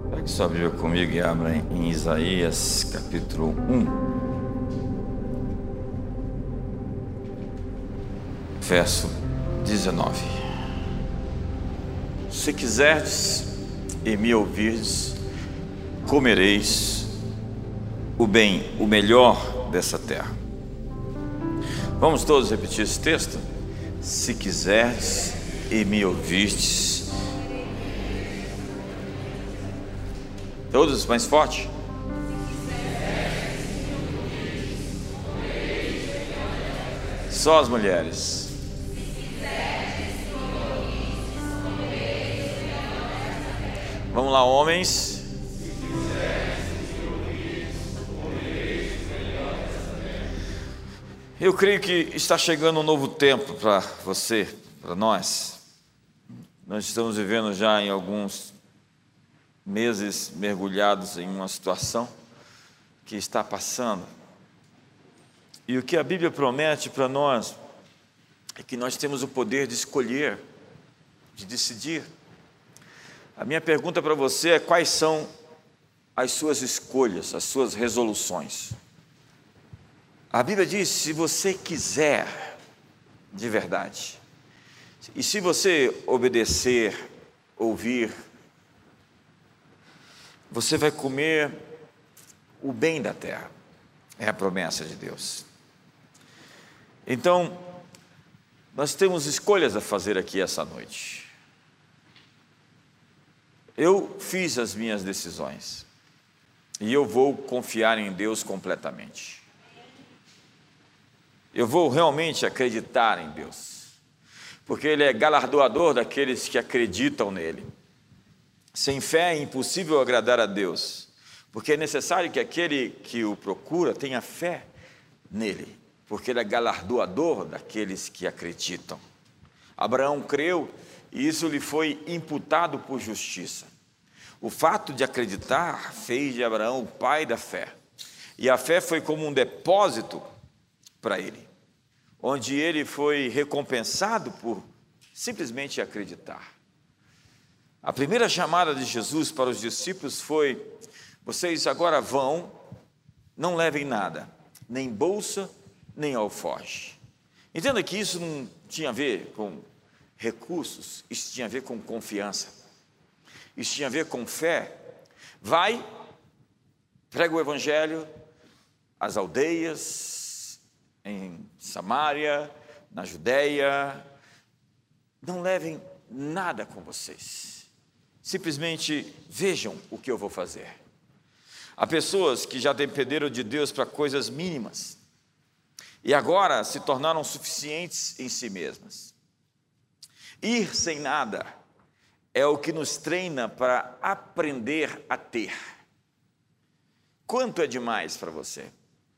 Pegue sua Bíblia comigo e abra em Isaías capítulo 1, verso 19. Se quiserdes e me ouvirdes, comereis o bem, o melhor dessa terra. Vamos todos repetir esse texto? Se quiserdes e me ouvirdes. Todos mais forte. Só as mulheres. Vamos lá, homens. Eu creio que está chegando um novo tempo para você, para nós. Nós estamos vivendo já em alguns meses mergulhados em uma situação que está passando. E o que a Bíblia promete para nós é que nós temos o poder de escolher, de decidir. A minha pergunta para você é: quais são as suas escolhas, as suas resoluções? A Bíblia diz: se você quiser de verdade, e se você obedecer, ouvir, você vai comer o bem da terra. É a promessa de Deus. Então, nós temos escolhas a fazer aqui essa noite. Eu fiz as minhas decisões e eu vou confiar em Deus completamente. Eu vou realmente acreditar em Deus, porque Ele é galardoador daqueles que acreditam nele. Sem fé é impossível agradar a Deus, porque é necessário que aquele que o procura tenha fé nele, porque Ele é galardoador daqueles que acreditam. Abraão creu e isso lhe foi imputado por justiça. O fato de acreditar fez de Abraão o pai da fé, e a fé foi como um depósito para ele, onde ele foi recompensado por simplesmente acreditar. A primeira chamada de Jesus para os discípulos foi: vocês agora vão, não levem nada, nem bolsa, nem alforje. Entenda que isso não tinha a ver com recursos, isso tinha a ver com confiança, isso tinha a ver com fé. Vai, prega o evangelho às aldeias, em Samaria, na Judeia, não levem nada com vocês. Simplesmente vejam o que eu vou fazer. Há pessoas que já dependeram de Deus para coisas mínimas e agora se tornaram suficientes em si mesmas. Ir sem nada é o que nos treina para aprender a ter. Quanto é demais para você?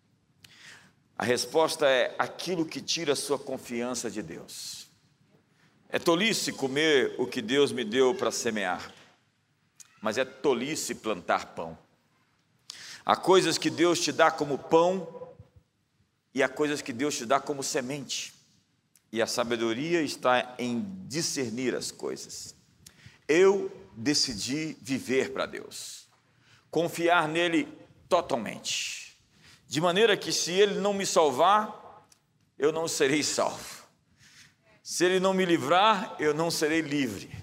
A resposta é aquilo que tira a sua confiança de Deus. É tolice comer o que Deus me deu para semear, mas é tolice plantar pão. Há coisas que Deus te dá como pão e há coisas que Deus te dá como semente. E a sabedoria está em discernir as coisas. Eu decidi viver para Deus, confiar nele totalmente, de maneira que se Ele não me salvar, eu não serei salvo. Se Ele não me livrar, eu não serei livre.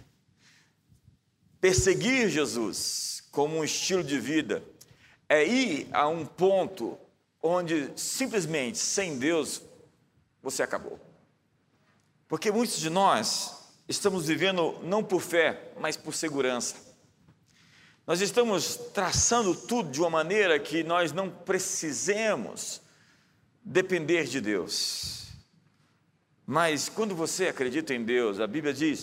Perseguir Jesus como um estilo de vida é ir a um ponto onde simplesmente sem Deus você acabou. Porque muitos de nós estamos vivendo não por fé, mas por segurança. Nós estamos traçando tudo de uma maneira que nós não precisemos depender de Deus. Mas quando você acredita em Deus, a Bíblia diz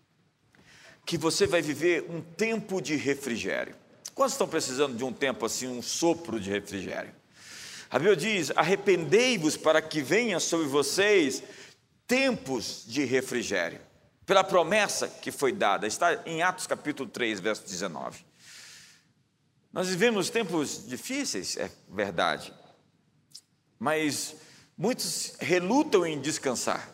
que você vai viver um tempo de refrigério. Quantos estão precisando de um tempo assim, um sopro de refrigério? A Bíblia diz: arrependei-vos para que venha sobre vocês tempos de refrigério, pela promessa que foi dada. Está em Atos capítulo 3, verso 19. Nós vivemos tempos difíceis, é verdade, mas muitos relutam em descansar.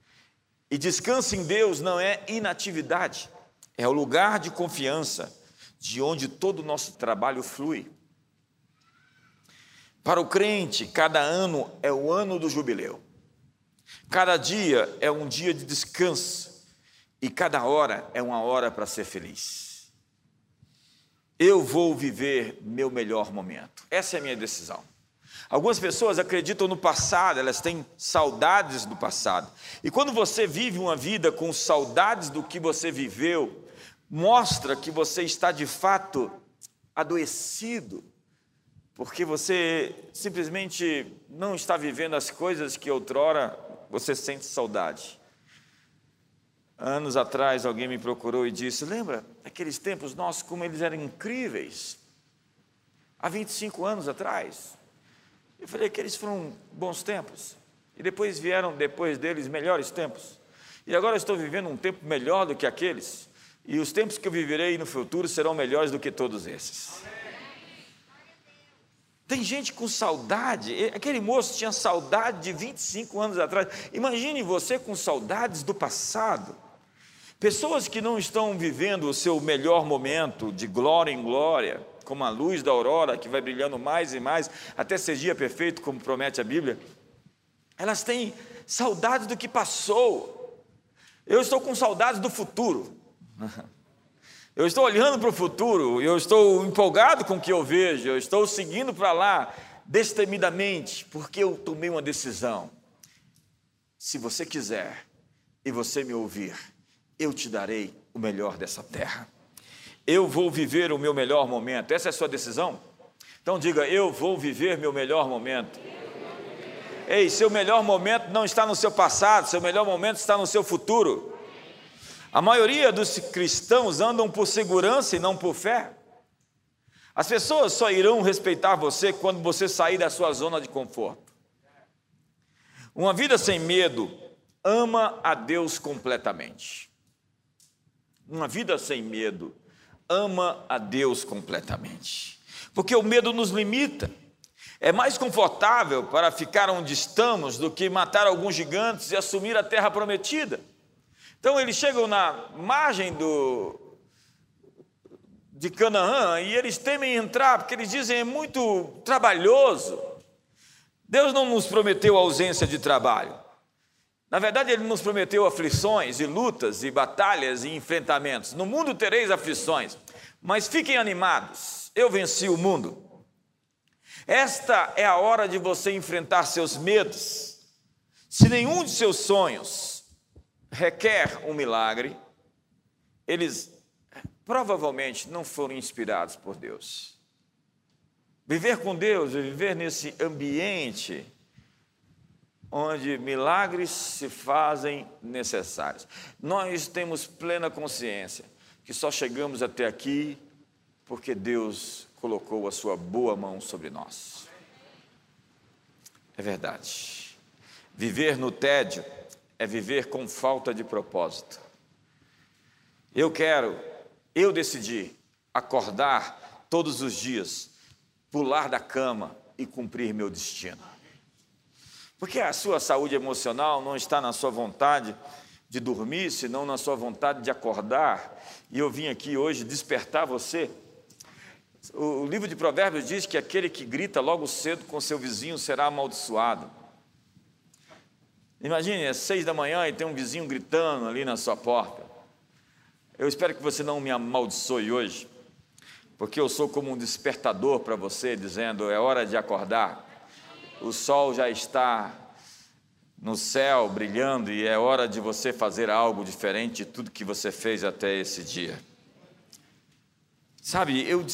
E descanso em Deus não é inatividade, é o lugar de confiança, de onde todo o nosso trabalho flui. Para o crente, cada ano é o ano do jubileu. Cada dia é um dia de descanso e cada hora é uma hora para ser feliz. Eu vou viver meu melhor momento. Essa é a minha decisão. Algumas pessoas acreditam no passado, elas têm saudades do passado. E quando você vive uma vida com saudades do que você viveu, mostra que você está de fato adoecido, porque você simplesmente não está vivendo as coisas que outrora você sente saudade. Anos atrás alguém me procurou e disse: lembra aqueles tempos nossos, como eles eram incríveis? Há 25 anos atrás. Eu falei que eles foram bons tempos. E depois vieram, depois deles, melhores tempos. E agora eu estou vivendo um tempo melhor do que aqueles. E os tempos que eu viverei no futuro serão melhores do que todos esses. Tem gente com saudade. Aquele moço tinha saudade de 25 anos atrás. Imagine você com saudades do passado. Pessoas que não estão vivendo o seu melhor momento de glória em glória, como a luz da aurora que vai brilhando mais e mais, até ser dia perfeito, como promete a Bíblia. Elas têm saudades do que passou. Eu estou com saudades do futuro. Eu estou olhando para o futuro, eu estou empolgado com o que eu vejo, eu estou seguindo para lá destemidamente, porque eu tomei uma decisão. Se você quiser e você me ouvir, eu te darei o melhor dessa terra. Eu vou viver o meu melhor momento. Essa é a sua decisão? Então diga: eu vou viver meu melhor momento. Ei, seu melhor momento não está no seu passado, seu melhor momento está no seu futuro. A maioria dos cristãos andam por segurança e não por fé. As pessoas só irão respeitar você quando você sair da sua zona de conforto. Uma vida sem medo ama a Deus completamente. Uma vida sem medo ama a Deus completamente. Porque o medo nos limita. É mais confortável para ficar onde estamos do que matar alguns gigantes e assumir a terra prometida. Então eles chegam na margem de Canaã e eles temem entrar, porque eles dizem: é muito trabalhoso. Deus não nos prometeu ausência de trabalho. Na verdade, Ele nos prometeu aflições e lutas e batalhas e enfrentamentos. No mundo tereis aflições, mas fiquem animados, eu venci o mundo. Esta é a hora de você enfrentar seus medos. Se nenhum de seus sonhos requer um milagre, eles provavelmente não foram inspirados por Deus. Viver com Deus é viver nesse ambiente onde milagres se fazem necessários. Nós temos plena consciência que só chegamos até aqui porque Deus colocou a sua boa mão sobre nós. É verdade. Viver no tédio é viver com falta de propósito. Eu decidi acordar todos os dias, pular da cama e cumprir meu destino. Porque a sua saúde emocional não está na sua vontade de dormir, senão na sua vontade de acordar. E eu vim aqui hoje despertar você. O livro de Provérbios diz que aquele que grita logo cedo com seu vizinho será amaldiçoado. Imagine, é 6 da manhã e tem um vizinho gritando ali na sua porta. Eu espero que você não me amaldiçoe hoje, porque eu sou como um despertador para você, dizendo: é hora de acordar. O sol já está no céu brilhando e é hora de você fazer algo diferente de tudo que você fez até esse dia. Sabe, eu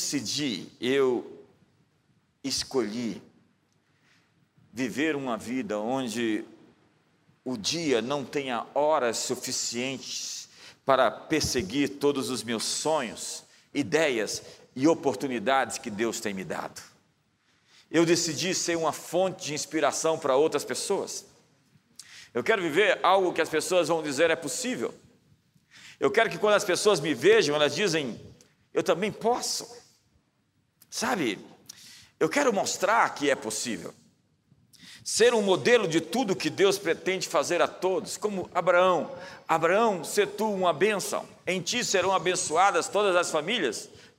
escolhi viver uma vida onde o dia não tenha horas suficientes para perseguir todos os meus sonhos, ideias e oportunidades que Deus tem me dado. Eu decidi ser uma fonte de inspiração para outras pessoas. Eu quero viver algo que as pessoas vão dizer é possível. Eu quero que quando as pessoas me vejam, elas dizem: eu também posso. Sabe, eu quero mostrar que é possível. Ser um modelo de tudo que Deus pretende fazer a todos, como Abraão. Abraão, se tu uma bênção, em ti serão abençoadas todas as famílias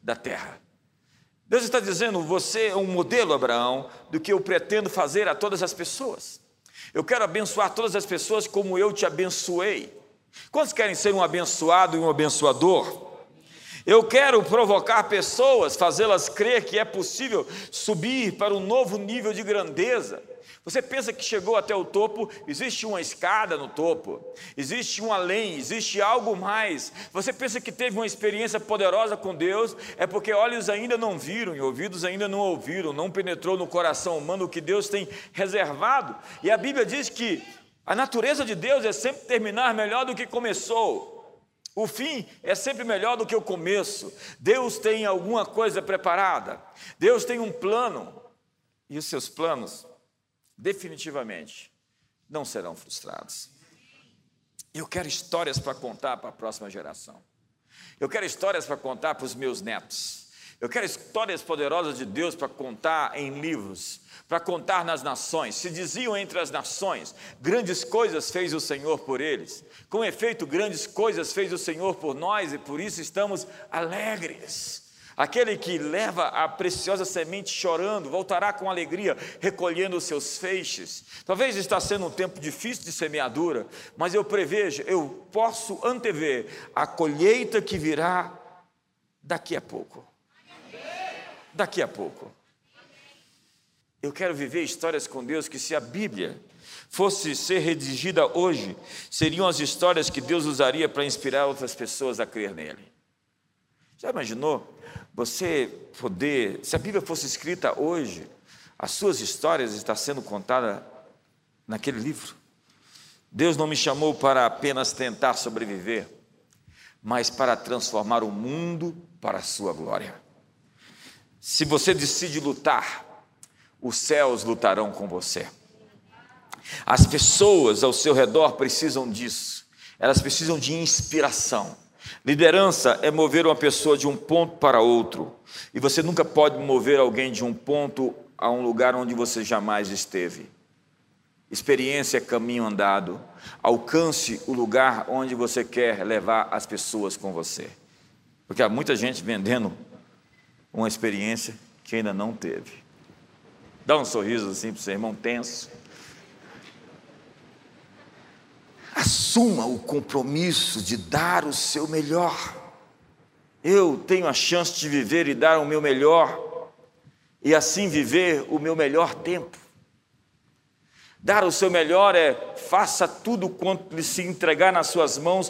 da terra. Deus está dizendo, você é um modelo, Abraão, do que eu pretendo fazer a todas as pessoas. Eu quero abençoar todas as pessoas como eu te abençoei. Quantos querem ser um abençoado e um abençoador? Eu quero provocar pessoas, fazê-las crer que é possível subir para um novo nível de grandeza. Você pensa que chegou até o topo, existe uma escada no topo, existe um além, existe algo mais. Você pensa que teve uma experiência poderosa com Deus, é porque olhos ainda não viram e ouvidos ainda não ouviram, não penetrou no coração humano o que Deus tem reservado. E a Bíblia diz que a natureza de Deus é sempre terminar melhor do que começou. O fim é sempre melhor do que o começo. Deus tem alguma coisa preparada. Deus tem um plano. E os seus planos, definitivamente, não serão frustrados. Eu quero histórias para contar para a próxima geração. Eu quero histórias para contar para os meus netos. Eu quero histórias poderosas de Deus para contar em livros, para contar nas nações. Se diziam entre as nações, grandes coisas fez o Senhor por eles. Com efeito, grandes coisas fez o Senhor por nós e por isso estamos alegres. Aquele que leva a preciosa semente chorando, voltará com alegria, recolhendo os seus feixes. Talvez está sendo um tempo difícil de semeadura, mas eu prevejo, eu posso antever a colheita que virá daqui a pouco. Daqui a pouco. Eu quero viver histórias com Deus que, se a Bíblia fosse ser redigida hoje, seriam as histórias que Deus usaria para inspirar outras pessoas a crer nele. Já imaginou você poder, se a Bíblia fosse escrita hoje, as suas histórias estão sendo contadas naquele livro? Deus não me chamou para apenas tentar sobreviver, mas para transformar o mundo para a sua glória. Se você decide lutar, os céus lutarão com você. As pessoas ao seu redor precisam disso. Elas precisam de inspiração. Liderança é mover uma pessoa de um ponto para outro. E você nunca pode mover alguém de um ponto a um lugar onde você jamais esteve. Experiência é caminho andado. Alcance o lugar onde você quer levar as pessoas com você. Porque há muita gente vendendo uma experiência que ainda não teve. Dá um sorriso assim para o seu irmão tenso. Assuma o compromisso de dar o seu melhor. Eu tenho a chance de viver e dar o meu melhor, e assim viver o meu melhor tempo. Dar o seu melhor é faça tudo quanto lhe se entregar nas suas mãos,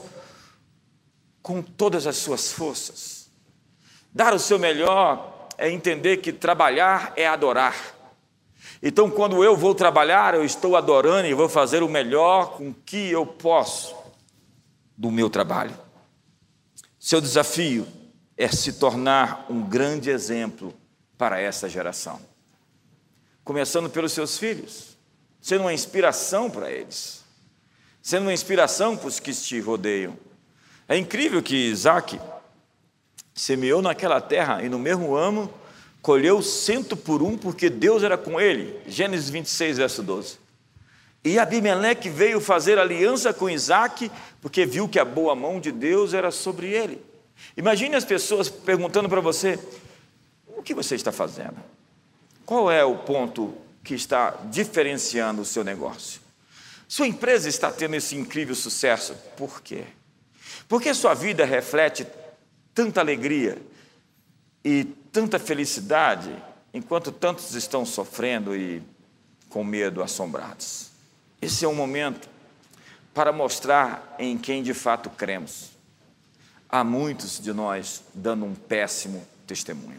com todas as suas forças. Dar o seu melhor é entender que trabalhar é adorar. Então, quando eu vou trabalhar, eu estou adorando e vou fazer o melhor com que eu posso do meu trabalho. Seu desafio é se tornar um grande exemplo para essa geração. Começando pelos seus filhos, sendo uma inspiração para eles, sendo uma inspiração para os que te rodeiam. É incrível que Isaac semeou naquela terra e no mesmo ano colheu 100 por 1, porque Deus era com ele. Gênesis 26, verso 12. E Abimeleque veio fazer aliança com Isaac, porque viu que a boa mão de Deus era sobre ele. Imagine as pessoas perguntando para você, o que você está fazendo? Qual é o ponto que está diferenciando o seu negócio? Sua empresa está tendo esse incrível sucesso. Por quê? Porque sua vida reflete tanta alegria e tanta felicidade, enquanto tantos estão sofrendo e com medo, assombrados. Esse é um momento para mostrar em quem de fato cremos. Há muitos de nós dando um péssimo testemunho.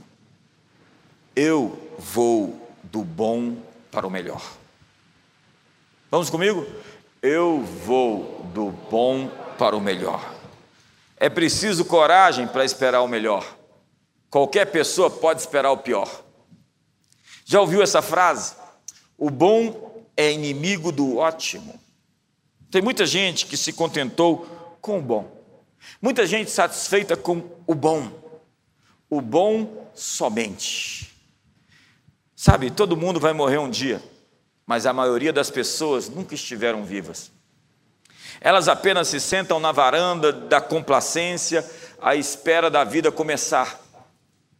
Eu vou do bom para o melhor. Vamos comigo? Eu vou do bom para o melhor. É preciso coragem para esperar o melhor. Qualquer pessoa pode esperar o pior. Já ouviu essa frase? O bom é inimigo do ótimo. Tem muita gente que se contentou com o bom. Muita gente satisfeita com o bom somente. Sabe, todo mundo vai morrer um dia, mas a maioria das pessoas nunca estiveram vivas. Elas apenas se sentam na varanda da complacência à espera da vida começar.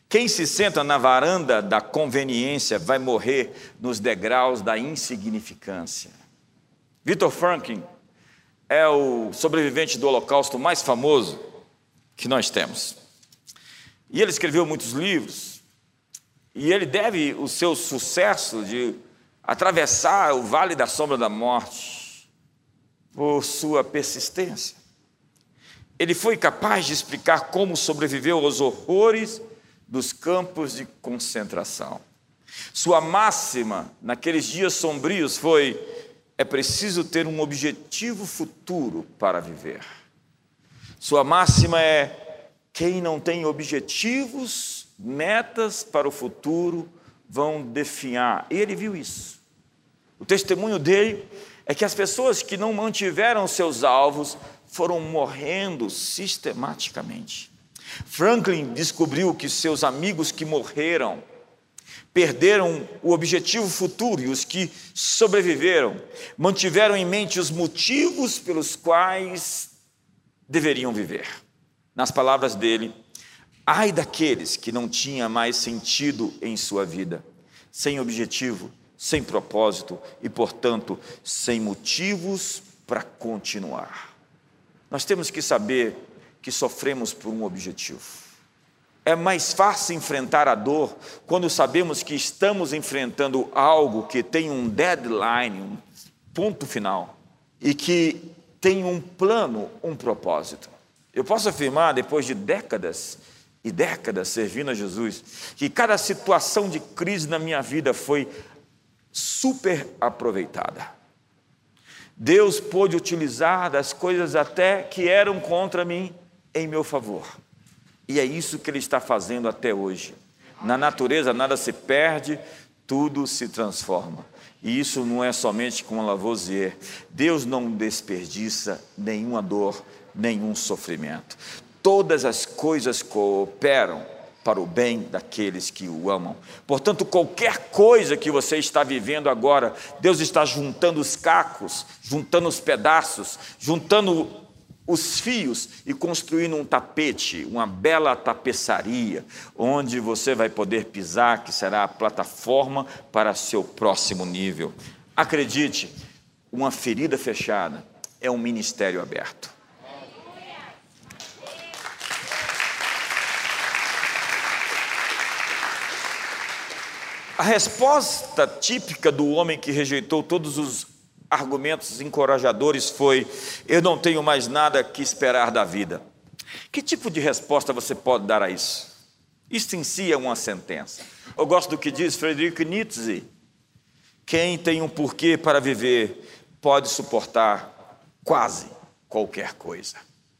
Quem se senta na varanda da conveniência vai morrer nos degraus da insignificância. Viktor Frankl é o sobrevivente do Holocausto mais famoso que nós temos. E ele escreveu muitos livros, e ele deve o seu sucesso de atravessar o vale da sombra da morte por sua persistência. Ele foi capaz de explicar como sobreviveu aos horrores dos campos de concentração. Sua máxima naqueles dias sombrios foi: é preciso ter um objetivo futuro para viver. Sua máxima é: quem não tem objetivos, metas para o futuro, vão definhar. E ele viu isso. O testemunho dele é que as pessoas que não mantiveram seus alvos foram morrendo sistematicamente. Franklin descobriu que seus amigos que morreram perderam o objetivo futuro, e os que sobreviveram mantiveram em mente os motivos pelos quais deveriam viver. Nas palavras dele: ai daqueles que não tinham mais sentido em sua vida, sem objetivo, sem propósito e, portanto, sem motivos para continuar. Nós temos que saber que sofremos por um objetivo. É mais fácil enfrentar a dor quando sabemos que estamos enfrentando algo que tem um deadline, um ponto final, e que tem um plano, um propósito. Eu posso afirmar, depois de décadas e décadas servindo a Jesus, que cada situação de crise na minha vida foi super aproveitada. Deus pôde utilizar das coisas até que eram contra mim em meu favor. E é isso que Ele está fazendo até hoje. Na natureza nada se perde, tudo se transforma. E isso não é somente com Lavoisier. Deus não desperdiça nenhuma dor, nenhum sofrimento. Todas as coisas cooperam para o bem daqueles que o amam. Portanto, qualquer coisa que você está vivendo agora, Deus está juntando os cacos, juntando os pedaços, juntando os fios e construindo um tapete, uma bela tapeçaria, onde você vai poder pisar, que será a plataforma para seu próximo nível. Acredite, uma ferida fechada é um ministério aberto. A resposta típica do homem que rejeitou todos os argumentos encorajadores foi: eu não tenho mais nada que esperar da vida. Que tipo de resposta você pode dar a isso? Isso em si é uma sentença. Eu gosto do que diz Friedrich Nietzsche: quem tem um porquê para viver pode suportar quase qualquer coisa.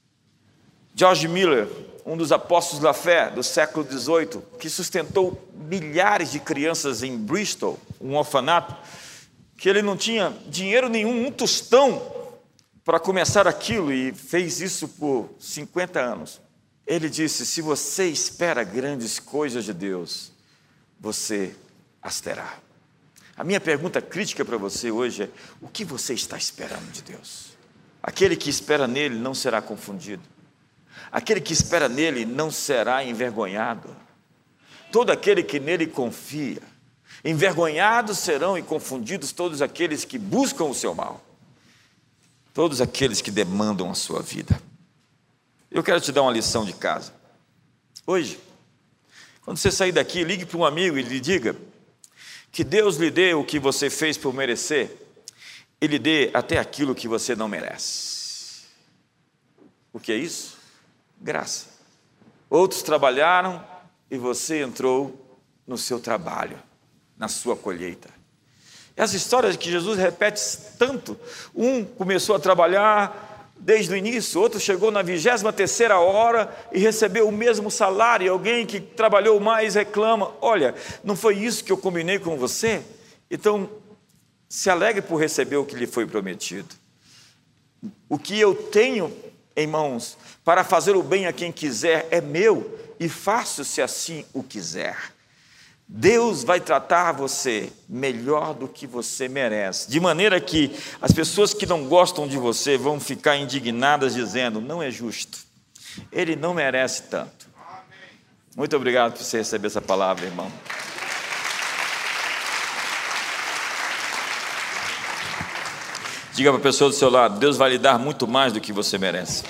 George Miller, um dos apóstolos da fé do século XVIII, que sustentou milhares de crianças em Bristol, um orfanato, que ele não tinha dinheiro nenhum, um tostão, para começar aquilo, e fez isso por 50 anos. Ele disse: se você espera grandes coisas de Deus, você as terá. A minha pergunta crítica para você hoje é: o que você está esperando de Deus? Aquele que espera nele não será confundido. Aquele que espera nele não será envergonhado. Todo aquele que nele confia. Envergonhados serão e confundidos todos aqueles que buscam o seu mal. Todos aqueles que demandam a sua vida. Eu quero te dar uma lição de casa. Hoje, quando você sair daqui, ligue para um amigo e lhe diga que Deus lhe dê o que você fez por merecer e lhe dê até aquilo que você não merece. O que é isso? Graça. Outros trabalharam e você entrou no seu trabalho, na sua colheita. As histórias que Jesus repete tanto: um começou a trabalhar desde o início, outro chegou na 23ª hora e recebeu o mesmo salário, e alguém que trabalhou mais reclama: olha, não foi isso que eu combinei com você? Então, se alegre por receber o que lhe foi prometido. O que eu tenho em mãos para fazer o bem a quem quiser é meu, e faço se assim o quiser. Deus vai tratar você melhor do que você merece, de maneira que as pessoas que não gostam de você vão ficar indignadas dizendo: não é justo, ele não merece tanto. Muito obrigado por você receber essa palavra, irmão. Diga para a pessoa do seu lado: Deus vai lhe dar muito mais do que você merece.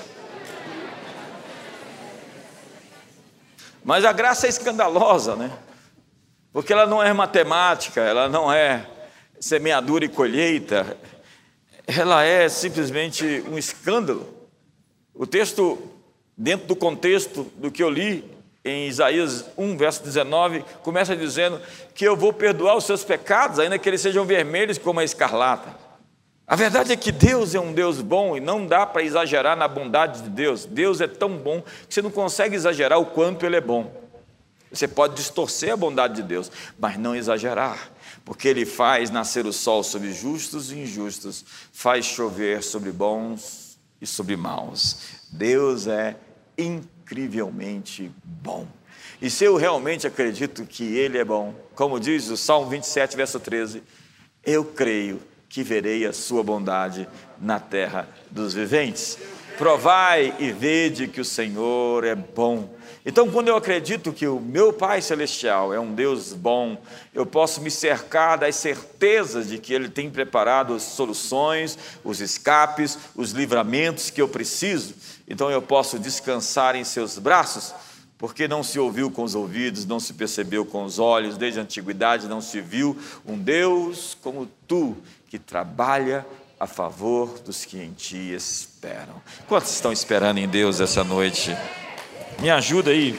Mas a graça é escandalosa, né? Porque ela não é matemática, ela não é semeadura e colheita, ela é simplesmente um escândalo. O texto, dentro do contexto do que eu li em Isaías 1, verso 19, começa dizendo que eu vou perdoar os seus pecados, ainda que eles sejam vermelhos como a escarlata. A verdade é que Deus é um Deus bom e não dá para exagerar na bondade de Deus. Deus é tão bom que você não consegue exagerar o quanto Ele é bom. Você pode distorcer a bondade de Deus, mas não exagerar, porque Ele faz nascer o sol sobre justos e injustos, faz chover sobre bons e sobre maus. Deus é incrivelmente bom. E se eu realmente acredito que Ele é bom, como diz o Salmo 27, verso 13, eu creio que verei a sua bondade na terra dos viventes. Provai e vede que o Senhor é bom. Então, quando eu acredito que o meu Pai Celestial é um Deus bom, eu posso me cercar das certezas de que Ele tem preparado as soluções, os escapes, os livramentos que eu preciso. Então eu posso descansar em seus braços, porque não se ouviu com os ouvidos, não se percebeu com os olhos, desde a antiguidade não se viu um Deus como tu, que trabalha a favor dos que em ti esperam. Quantos estão esperando em Deus essa noite? Me ajuda aí.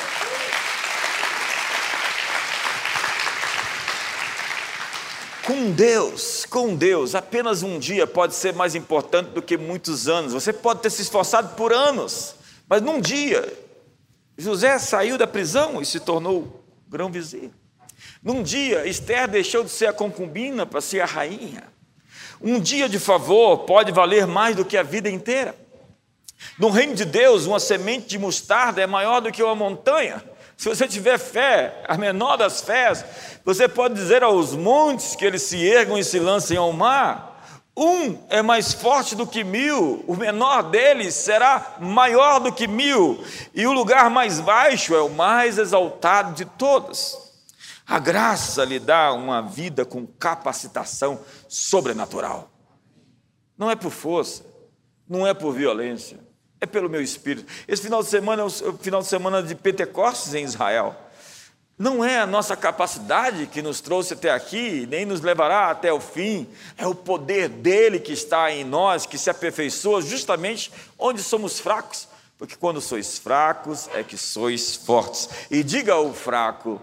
Com Deus, apenas um dia pode ser mais importante do que muitos anos. Você pode ter se esforçado por anos, mas num dia, José saiu da prisão e se tornou grão-vizir. Num dia, Esther deixou de ser a concubina para ser a rainha. Um dia de favor pode valer mais do que a vida inteira. No reino de Deus, uma semente de mostarda é maior do que uma montanha. Se você tiver fé, a menor das fés, você pode dizer aos montes que eles se ergam e se lancem ao mar. Um é mais forte do que 1000, o menor deles será maior do que 1000, e o lugar mais baixo é o mais exaltado de todos. A graça lhe dá uma vida com capacitação sobrenatural. Não é por força, não é por violência, é pelo meu espírito. Esse final de semana é o final de semana de Pentecostes em Israel. Não é a nossa capacidade que nos trouxe até aqui, nem nos levará até o fim. É o poder dele que está em nós, que se aperfeiçoa justamente onde somos fracos. Porque quando sois fracos é que sois fortes. E diga ao fraco,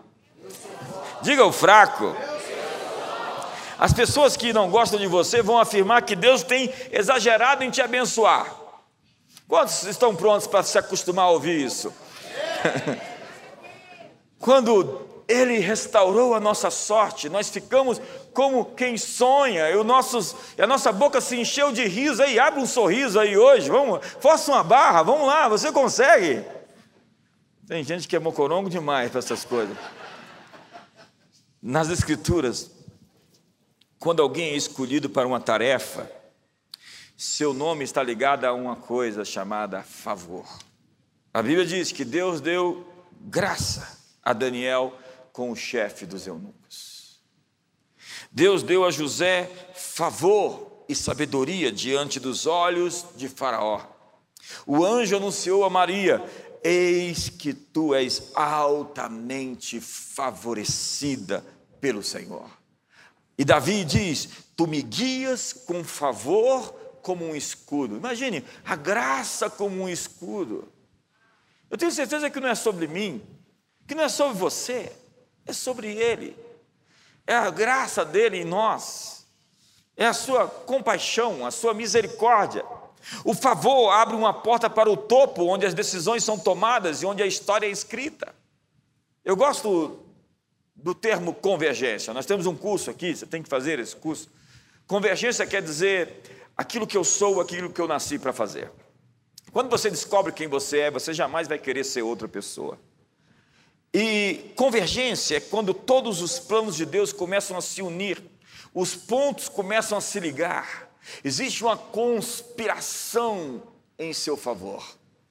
as pessoas que não gostam de você vão afirmar que Deus tem exagerado em te abençoar. Quantos estão prontos para se acostumar a ouvir isso? Quando Ele restaurou a nossa sorte, nós ficamos como quem sonha, e a nossa boca se encheu de riso. Aí, abre um sorriso aí hoje, vamos, força uma barra, vamos lá, você consegue. Tem gente que é mocorongo demais para essas coisas. Nas Escrituras, quando alguém é escolhido para uma tarefa, seu nome está ligado a uma coisa chamada favor. A Bíblia diz que Deus deu graça a Daniel com o chefe dos eunucos. Deus deu a José favor e sabedoria diante dos olhos de Faraó. O anjo anunciou a Maria: eis que tu és altamente favorecida pelo Senhor. E Davi diz: tu me guias com favor como um escudo. Imagine, a graça como um escudo. Eu tenho certeza que não é sobre mim, que não é sobre você, é sobre Ele. É a graça dele em nós, é a sua compaixão, a sua misericórdia. O favor abre uma porta para o topo, onde as decisões são tomadas e onde a história é escrita. Eu gosto do termo convergência. Nós temos um curso aqui, você tem que fazer esse curso. Convergência quer dizer aquilo que eu sou, aquilo que eu nasci para fazer. Quando você descobre quem você é, você jamais vai querer ser outra pessoa. E convergência é quando todos os planos de Deus começam a se unir, os pontos começam a se ligar, existe uma conspiração em seu favor.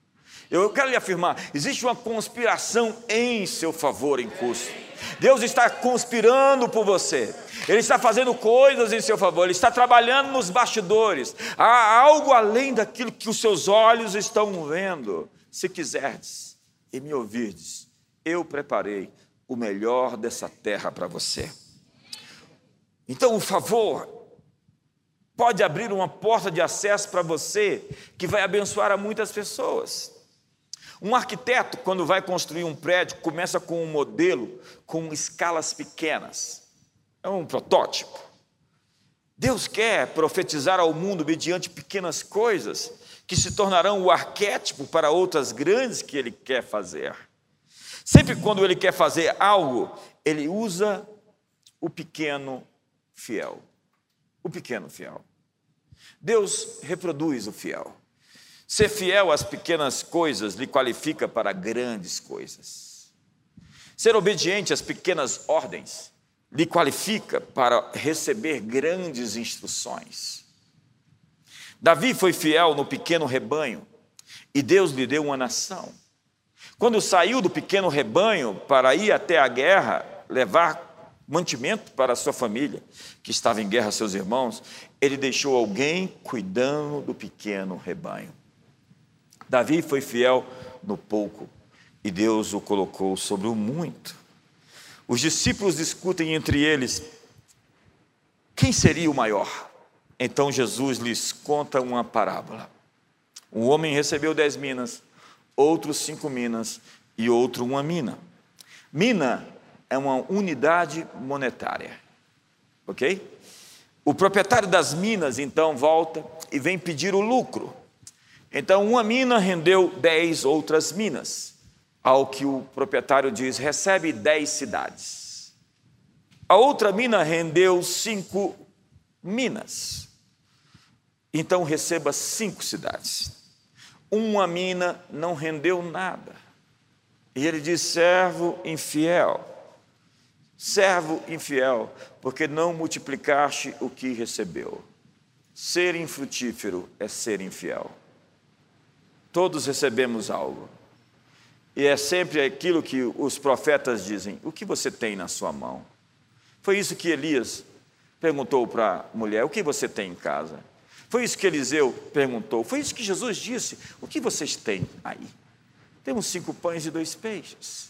Eu quero lhe afirmar, existe uma conspiração em seu favor em curso. Deus está conspirando por você. Ele está fazendo coisas em seu favor. Ele está trabalhando nos bastidores. Há algo além daquilo que os seus olhos estão vendo. Se quiserdes e me ouvirdes, eu preparei o melhor dessa terra para você. Então o favor pode abrir uma porta de acesso para você que vai abençoar a muitas pessoas. Um arquiteto, quando vai construir um prédio, começa com um modelo com escalas pequenas. É um protótipo. Deus quer profetizar ao mundo mediante pequenas coisas que se tornarão o arquétipo para outras grandes que Ele quer fazer. Sempre quando Ele quer fazer algo, Ele usa o pequeno fiel. O pequeno fiel. Deus reproduz o fiel. Ser fiel às pequenas coisas lhe qualifica para grandes coisas. Ser obediente às pequenas ordens lhe qualifica para receber grandes instruções. Davi foi fiel no pequeno rebanho e Deus lhe deu uma nação. Quando saiu do pequeno rebanho para ir até a guerra, levar mantimento para a sua família, que estava em guerra, seus irmãos, ele deixou alguém cuidando do pequeno rebanho. Davi foi fiel no pouco e Deus o colocou sobre o muito. Os discípulos discutem entre eles quem seria o maior. Então Jesus lhes conta uma parábola. Um homem recebeu 10 minas, outro 5 minas e outro 1 mina. Mina é uma unidade monetária, ok? O proprietário das minas então volta e vem pedir o lucro. Então 1 mina rendeu 10 outras minas, ao que o proprietário diz, recebe 10 cidades. A outra mina rendeu 5 minas, então receba 5 cidades. 1 mina não rendeu nada, e ele diz, servo infiel, porque não multiplicaste o que recebeu. Ser infrutífero é ser infiel. Todos recebemos algo. E é sempre aquilo que os profetas dizem, o que você tem na sua mão? Foi isso que Elias perguntou para a mulher, o que você tem em casa? Foi isso que Eliseu perguntou, foi isso que Jesus disse, o que vocês têm aí? Temos 5 pães e 2 peixes.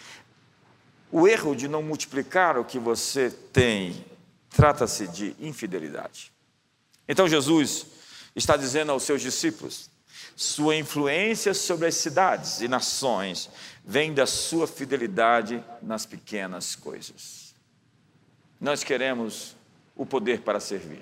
O erro de não multiplicar o que você tem, trata-se de infidelidade. Então Jesus está dizendo aos seus discípulos, sua influência sobre as cidades e nações vem da sua fidelidade nas pequenas coisas. Nós queremos o poder para servir.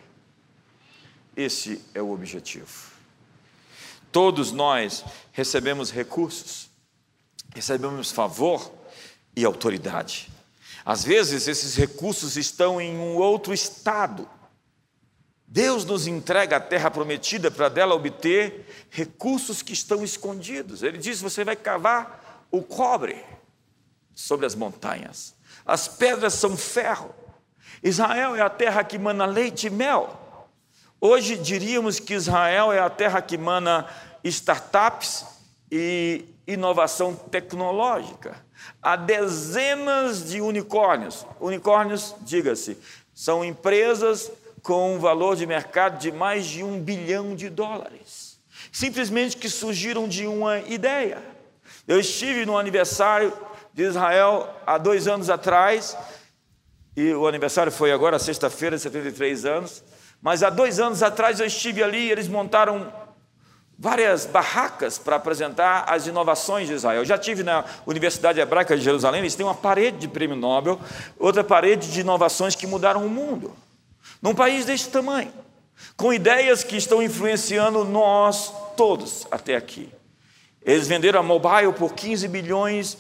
Esse é o objetivo. Todos nós recebemos recursos, recebemos favor e autoridade. Às vezes esses recursos estão em um outro estado. Deus nos entrega a terra prometida para dela obter recursos que estão escondidos. Ele diz, você vai cavar o cobre sobre as montanhas. As pedras são ferro. Israel é a terra que mana leite e mel. Hoje diríamos que Israel é a terra que mana startups e inovação tecnológica. Há dezenas de unicórnios. Unicórnios, diga-se, são empresas com um valor de mercado de mais de $1 bilhão. Simplesmente que surgiram de uma ideia. Eu estive no aniversário de Israel há 2 anos atrás, e o aniversário foi agora, sexta-feira, 73 anos, mas há 2 anos atrás eu estive ali e eles montaram várias barracas para apresentar as inovações de Israel. Eu já estive na Universidade Hebraica de Jerusalém, eles têm uma parede de prêmio Nobel, outra parede de inovações que mudaram o mundo. Num país deste tamanho, com ideias que estão influenciando nós todos até aqui. Eles venderam a Mobile por $15 bilhões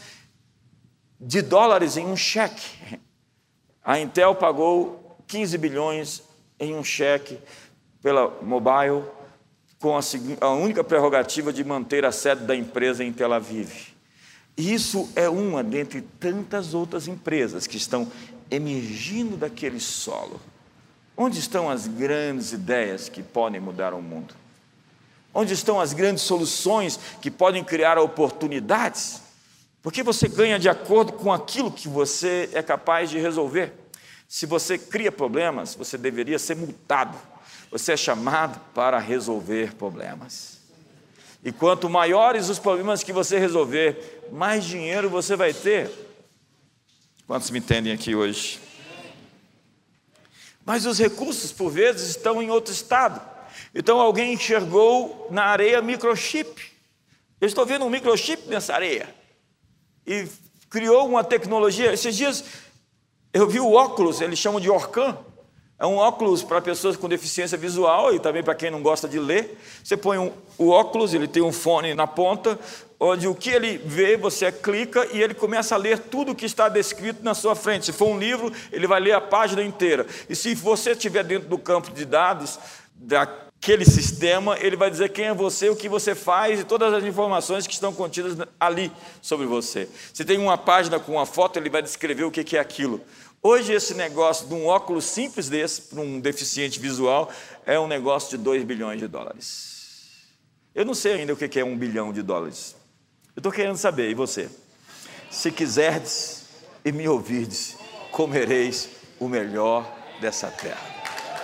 em um cheque. A Intel pagou 15 bilhões em um cheque pela Mobile, com a única prerrogativa de manter a sede da empresa em Tel Aviv. E isso é uma dentre tantas outras empresas que estão emergindo daquele solo. Onde estão as grandes ideias que podem mudar o mundo? Onde estão as grandes soluções que podem criar oportunidades? Porque você ganha de acordo com aquilo que você é capaz de resolver. Se você cria problemas, você deveria ser multado. Você é chamado para resolver problemas. E quanto maiores os problemas que você resolver, mais dinheiro você vai ter. Quantos me entendem aqui hoje? Mas os recursos, por vezes, estão em outro estado. Então alguém enxergou na areia microchip. Eu estou vendo um microchip nessa areia. E criou uma tecnologia. Esses dias eu vi o óculos, eles chamam de Orcan. É um óculos para pessoas com deficiência visual e também para quem não gosta de ler. Você põe o óculos, ele tem um fone na ponta, onde o que ele vê, você clica e ele começa a ler tudo o que está descrito na sua frente. Se for um livro, ele vai ler a página inteira. E se você estiver dentro do campo de dados daquele sistema, ele vai dizer quem é você, o que você faz e todas as informações que estão contidas ali sobre você. Se tem uma página com uma foto, ele vai descrever o que é aquilo. Hoje esse negócio de um óculos simples desse, para um deficiente visual, é um negócio de 2 bilhões de dólares. Eu não sei ainda o que é 1 bilhão de dólares. Eu estou querendo saber, e você? Se quiserdes e me ouvirdes, comereis o melhor dessa terra.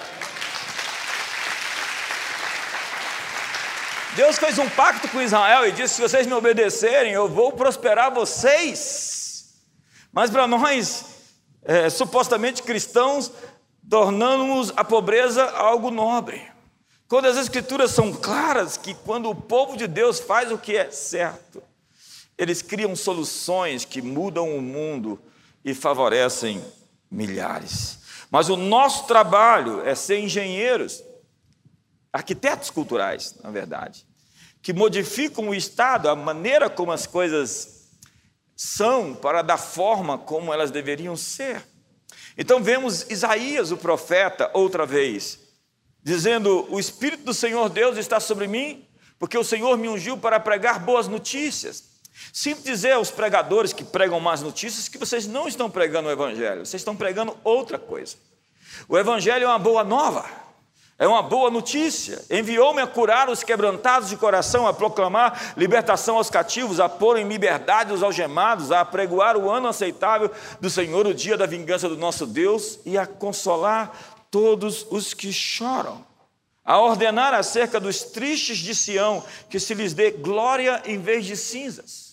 Deus fez um pacto com Israel e disse: se vocês me obedecerem, eu vou prosperar vocês. Mas para nós, supostamente cristãos, tornamos a pobreza algo nobre. Quando as Escrituras são claras que quando o povo de Deus faz o que é certo, eles criam soluções que mudam o mundo e favorecem milhares. Mas o nosso trabalho é ser engenheiros, arquitetos culturais, na verdade, que modificam o Estado, a maneira como as coisas são, para dar forma como elas deveriam ser. Então vemos Isaías, o profeta, outra vez, dizendo: o Espírito do Senhor Deus está sobre mim, porque o Senhor me ungiu para pregar boas notícias. Sinto dizer aos pregadores que pregam más notícias que vocês não estão pregando o Evangelho, vocês estão pregando outra coisa. O Evangelho é uma boa nova, é uma boa notícia. Enviou-me a curar os quebrantados de coração, a proclamar libertação aos cativos, a pôr em liberdade os algemados, a apregoar o ano aceitável do Senhor, o dia da vingança do nosso Deus, e a consolar todos os que choram, a ordenar acerca dos tristes de Sião, que se lhes dê glória em vez de cinzas,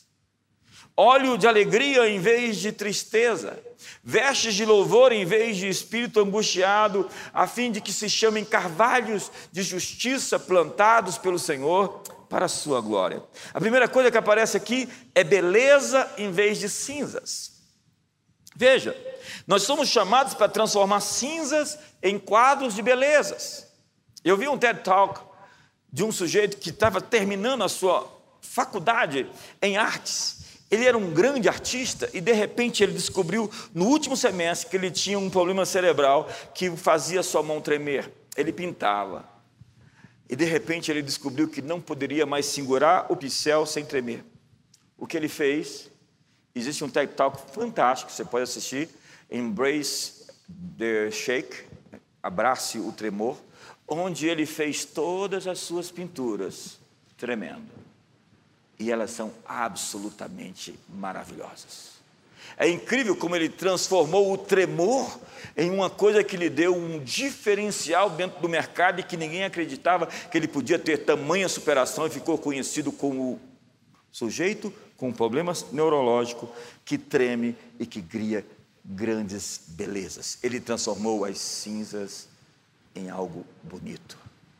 óleo de alegria em vez de tristeza, vestes de louvor em vez de espírito angustiado, a fim de que se chamem carvalhos de justiça plantados pelo Senhor para a sua glória. A primeira coisa que aparece aqui é beleza em vez de cinzas. Veja, nós somos chamados para transformar cinzas em quadros de belezas. Eu vi um TED Talk de um sujeito que estava terminando a sua faculdade em artes. Ele era um grande artista e, de repente, ele descobriu, no último semestre, que ele tinha um problema cerebral que fazia sua mão tremer. Ele pintava. E, de repente, ele descobriu que não poderia mais segurar o pincel sem tremer. O que ele fez? Existe um TED Talk fantástico, você pode assistir, Embrace the Shake, Abrace o Tremor, onde ele fez todas as suas pinturas tremendo. E elas são absolutamente maravilhosas. É incrível como ele transformou o tremor em uma coisa que lhe deu um diferencial dentro do mercado e que ninguém acreditava que ele podia ter tamanha superação, e ficou conhecido como sujeito com problemas neurológicos que treme e que cria grandes belezas. Ele transformou as cinzas em algo bonito.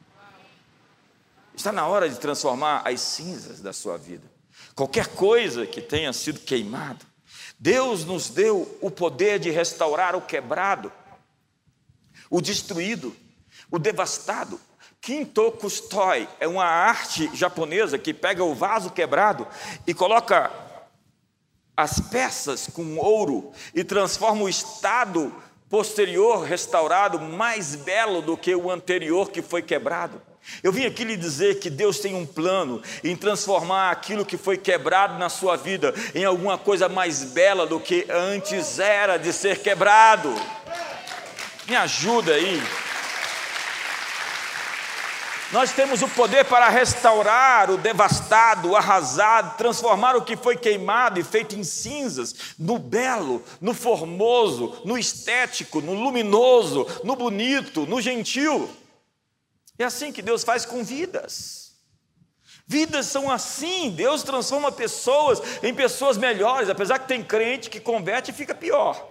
Está na hora de transformar as cinzas da sua vida. Qualquer coisa que tenha sido queimada. Deus nos deu o poder de restaurar o quebrado, o destruído, o devastado. Kintokustoi é uma arte japonesa que pega o vaso quebrado e coloca as peças com ouro e transforma o estado posterior restaurado mais belo do que o anterior que foi quebrado. Eu vim aqui lhe dizer que Deus tem um plano em transformar aquilo que foi quebrado na sua vida em alguma coisa mais bela do que antes era de ser quebrado. Me ajuda aí. Nós temos o poder para restaurar o devastado, o arrasado, transformar o que foi queimado e feito em cinzas, no belo, no formoso, no estético, no luminoso, no bonito, no gentil. É assim que Deus faz com vidas. Vidas são assim, Deus transforma pessoas em pessoas melhores, apesar que tem crente que converte e fica pior.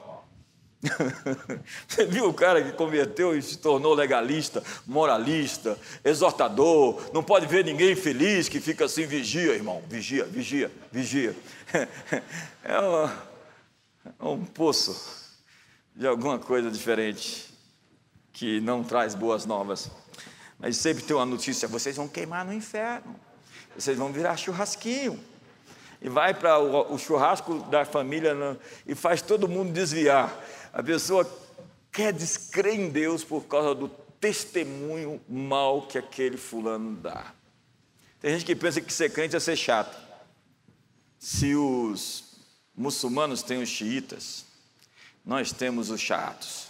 Você viu o cara que converteu e se tornou legalista, moralista, exortador, não pode ver ninguém feliz, que fica assim, vigia, irmão, vigia, vigia, vigia. É um poço de alguma coisa diferente, que não traz boas novas. Mas sempre tem uma notícia: vocês vão queimar no inferno, vocês vão virar churrasquinho. E vai para o churrasco da família e faz todo mundo desviar. A pessoa quer descrer em Deus por causa do testemunho mau que aquele fulano dá. Tem gente que pensa que ser crente é ser chato. Se os muçulmanos têm os xiitas, nós temos os chatos.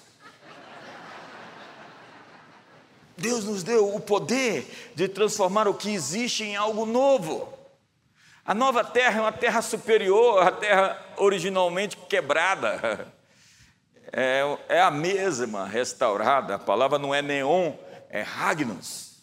Deus nos deu o poder de transformar o que existe em algo novo. A nova terra é uma terra superior à terra originalmente quebrada. É a mesma restaurada. A palavra não é neon, é Hagnos.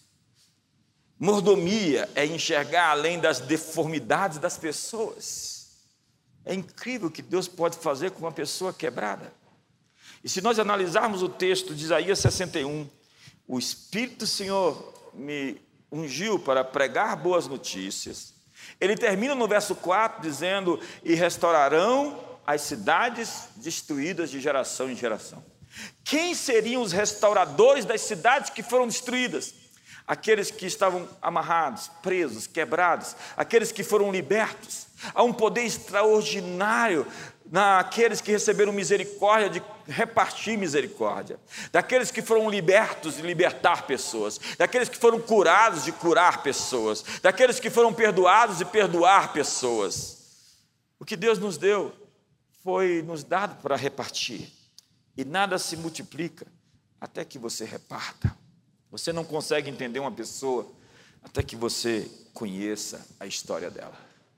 Mordomia é enxergar além das deformidades das pessoas. É incrível o que Deus pode fazer com uma pessoa quebrada. E se nós analisarmos o texto de Isaías 61, o Espírito do Senhor me ungiu para pregar boas notícias. Ele termina no verso 4 dizendo: e restaurarão as cidades destruídas de geração em geração. Quem seriam os restauradores das cidades que foram destruídas? Aqueles que estavam amarrados, presos, quebrados, aqueles que foram libertos. Há um poder extraordinário naqueles que receberam misericórdia, de repartir misericórdia, daqueles que foram libertos de libertar pessoas, daqueles que foram curados de curar pessoas, daqueles que foram perdoados de perdoar pessoas. O que Deus nos deu foi nos dado para repartir, e nada se multiplica até que você reparta. Você não consegue entender uma pessoa até que você conheça a história dela,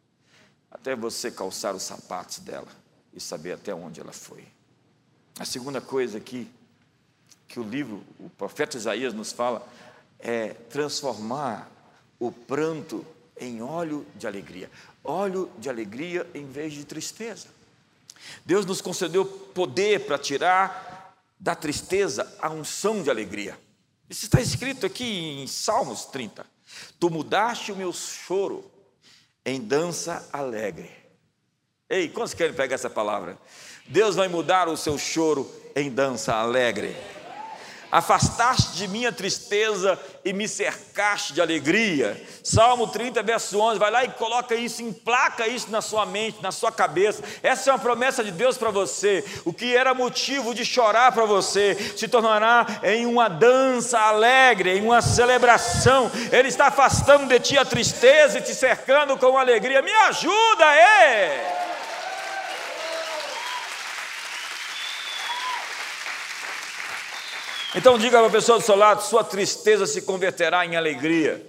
até você calçar os sapatos dela e saber até onde ela foi. A segunda coisa aqui que o profeta Isaías nos fala é transformar o pranto em óleo de alegria. Óleo de alegria em vez de tristeza. Deus nos concedeu poder para tirar da tristeza a unção de alegria. Isso está escrito aqui em Salmos 30. Tu mudaste o meu choro em dança alegre. Ei, quantos querem pegar essa palavra? Deus vai mudar o seu choro em dança alegre. Afastaste de mim a tristeza e me cercaste de alegria. Salmo 30, verso 11, vai lá e coloca isso, emplaca isso na sua mente, na sua cabeça. Essa é uma promessa de Deus para você. O que era motivo de chorar para você, se tornará em uma dança alegre, em uma celebração. Ele está afastando de ti a tristeza e te cercando com alegria. Me ajuda, Então diga para a pessoa do seu lado: sua tristeza se converterá em alegria.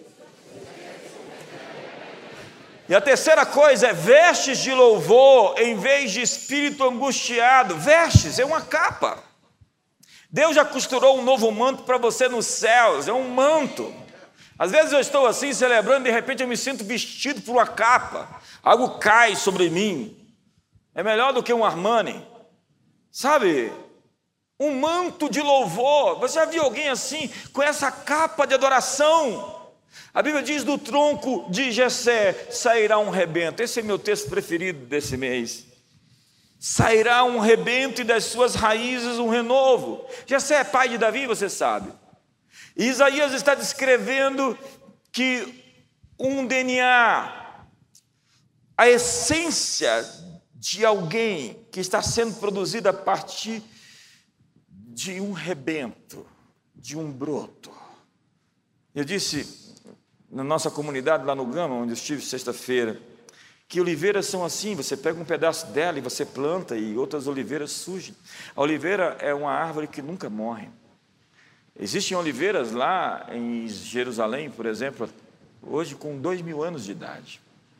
E a terceira coisa é vestes de louvor em vez de espírito angustiado. Vestes é uma capa. Deus já costurou um novo manto para você nos céus, é um manto. Às vezes eu estou assim celebrando, de repente eu me sinto vestido por uma capa, algo cai sobre mim. É melhor do que um Armani, sabe? Um manto de louvor. Você já viu alguém assim, com essa capa de adoração? A Bíblia diz: do tronco de Jessé sairá um rebento. Esse é meu texto preferido desse mês. Sairá um rebento e das suas raízes um renovo. Jessé é pai de Davi, você sabe. E Isaías está descrevendo que um DNA, a essência de alguém que está sendo produzida a partir de um rebento, de um broto. Eu disse na nossa comunidade lá no Gama, onde eu estive sexta-feira, que oliveiras são assim: você pega um pedaço dela e você planta e outras oliveiras surgem. A oliveira é uma árvore que nunca morre. Existem oliveiras lá em Jerusalém, por exemplo, hoje com 2000 anos de idade.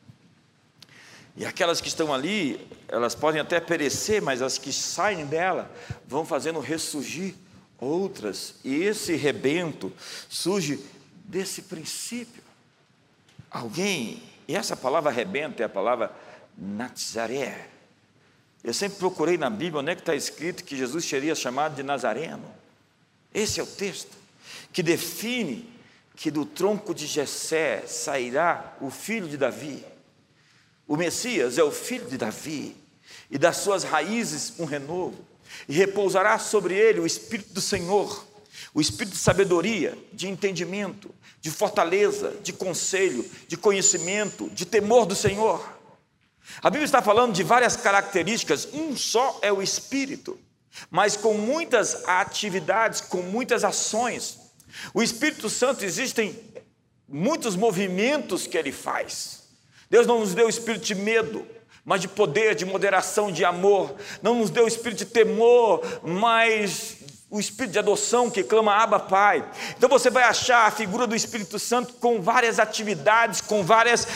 E aquelas que estão ali, elas podem até perecer, mas as que saem dela vão fazendo ressurgir outras. E esse rebento surge desse princípio. Alguém, e essa palavra rebento é a palavra Nazaré. Eu sempre procurei na Bíblia onde é que está escrito que Jesus seria chamado de Nazareno. Esse é o texto que define que do tronco de Jessé sairá o filho de Davi. O Messias é o filho de Davi, e das suas raízes um renovo, e repousará sobre ele o Espírito do Senhor, o Espírito de sabedoria, de entendimento, de fortaleza, de conselho, de conhecimento, de temor do Senhor. A Bíblia está falando de várias características, um só é o Espírito, mas com muitas atividades, com muitas ações. O Espírito Santo, existem muitos movimentos que ele faz. Deus não nos deu o espírito de medo, mas de poder, de moderação, de amor. Não nos deu o espírito de temor, mas o espírito de adoção que clama Abba, Pai. Então você vai achar a figura do Espírito Santo com várias atividades, com várias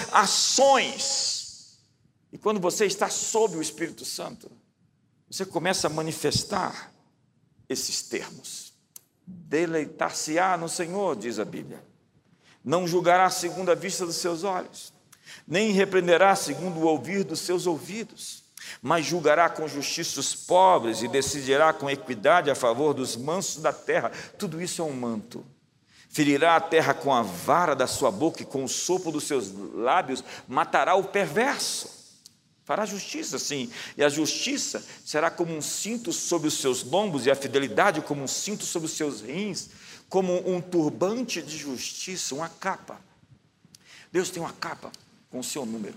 ações. E quando você está sob o Espírito Santo, você começa a manifestar esses termos. Deleitar-se-á no Senhor, diz a Bíblia. Não julgará segundo a vista dos seus olhos, nem repreenderá segundo o ouvir dos seus ouvidos, mas julgará com justiça os pobres e decidirá com equidade a favor dos mansos da terra. Tudo isso é um manto. Ferirá a terra com a vara da sua boca e com o sopro dos seus lábios matará o perverso. Fará justiça, sim, e a justiça será como um cinto sobre os seus lombos e a fidelidade como um cinto sobre os seus rins, como um turbante de justiça, uma capa. Deus tem uma capa com o seu número.